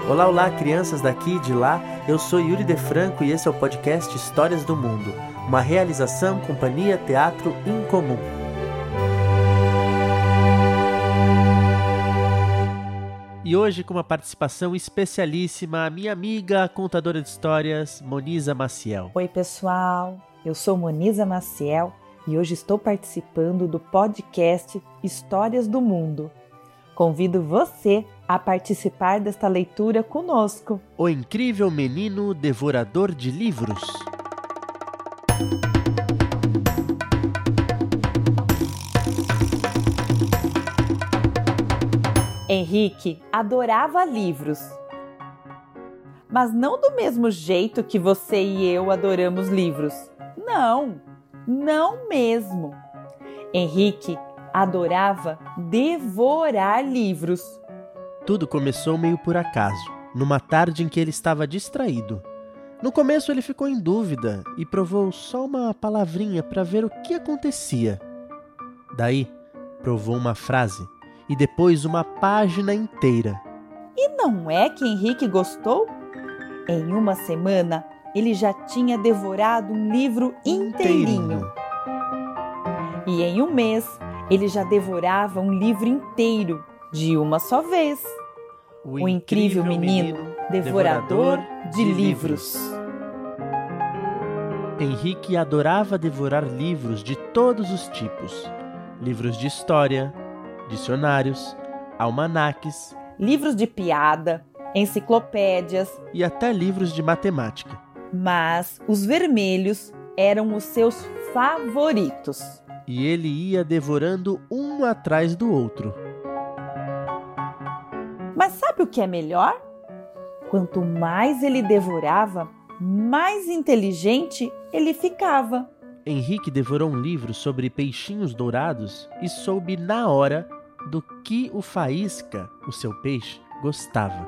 Olá, olá, crianças daqui e de lá. Eu sou Yuri De Franco e esse é o podcast Histórias do Mundo, uma realização Companhia Teatro Incomum. E hoje com uma participação especialíssima, a minha amiga, a contadora de histórias, Moniza Maciel. Oi, pessoal, eu sou Moniza Maciel e hoje estou participando do podcast Histórias do Mundo. Convido você a participar desta leitura conosco. O incrível menino devorador de livros. Henrique adorava livros, mas não do mesmo jeito que você e eu adoramos livros. Não mesmo. Henrique adorava devorar livros. Tudo começou meio por acaso, numa tarde em que ele estava distraído. No começo ele ficou em dúvida e provou só uma palavrinha para ver o que acontecia. Daí, provou uma frase e depois uma página inteira. E não é que Henrique gostou? Em uma semana, ele já tinha devorado um livro inteirinho. E em um mês, ele já devorava um livro inteiro, de uma só vez. O incrível menino devorador de livros. Henrique adorava devorar livros de todos os tipos. Livros de história, dicionários, almanaques, livros de piada, enciclopédias e até livros de matemática. Mas os vermelhos eram os seus favoritos. E ele ia devorando um atrás do outro. Mas sabe o que é melhor? Quanto mais ele devorava, mais inteligente ele ficava. Henrique devorou um livro sobre peixinhos dourados e soube na hora do que o Faísca, o seu peixe, gostava.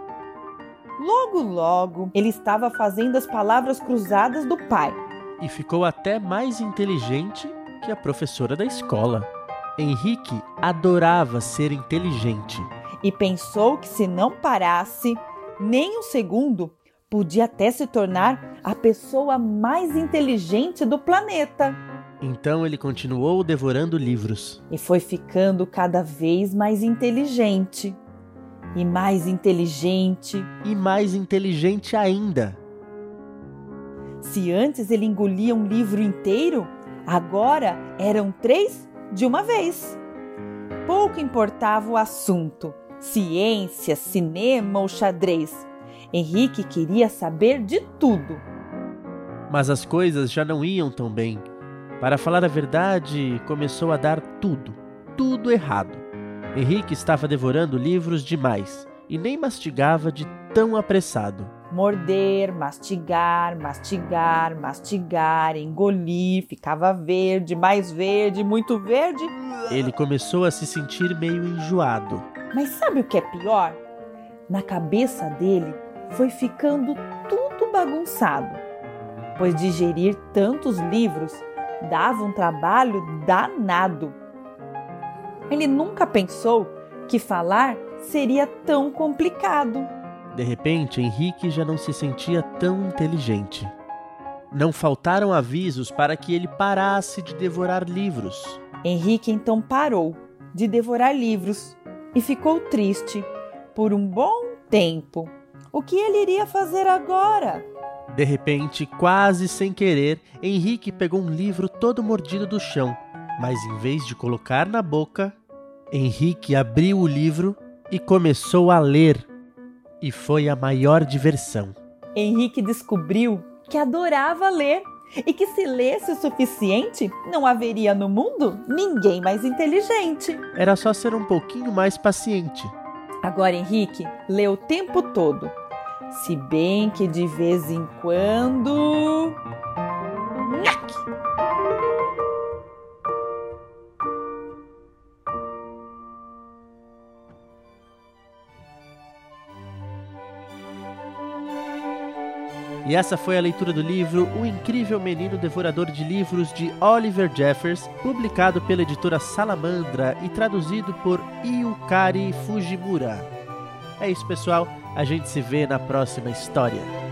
Logo, ele estava fazendo as palavras cruzadas do pai. E ficou até mais inteligente que a professora da escola. Henrique adorava ser inteligente. E pensou que se não parasse nem um segundo, podia até se tornar a pessoa mais inteligente do planeta. Então ele continuou devorando livros. E foi ficando cada vez mais inteligente. E mais inteligente. E mais inteligente ainda. Se antes ele engolia um livro inteiro, agora eram 3 de uma vez. Pouco importava o assunto, ciência, cinema ou xadrez. Henrique queria saber de tudo. Mas as coisas já não iam tão bem. Para falar a verdade, começou a dar tudo errado. Henrique estava devorando livros demais e nem mastigava de tão apressado. Morder, mastigar, engolir, ficava verde, mais verde, muito verde. Ele começou a se sentir meio enjoado. Mas sabe o que é pior? Na cabeça dele foi ficando tudo bagunçado, pois digerir tantos livros dava um trabalho danado. Ele nunca pensou que falar seria tão complicado. De repente, Henrique já não se sentia tão inteligente. Não faltaram avisos para que ele parasse de devorar livros. Henrique então parou de devorar livros e ficou triste por um bom tempo. O que ele iria fazer agora? De repente, quase sem querer, Henrique pegou um livro todo mordido do chão, mas em vez de colocar na boca, Henrique abriu o livro e começou a ler. E foi a maior diversão. Henrique descobriu que adorava ler e que se lesse o suficiente, não haveria no mundo ninguém mais inteligente. Era só ser um pouquinho mais paciente. Agora Henrique lê o tempo todo, se bem que de vez em quando... E essa foi a leitura do livro O Incrível Menino Devorador de Livros, de Oliver Jeffers, publicado pela editora Salamandra e traduzido por Yukari Fujimura. É isso, pessoal. A gente se vê na próxima história.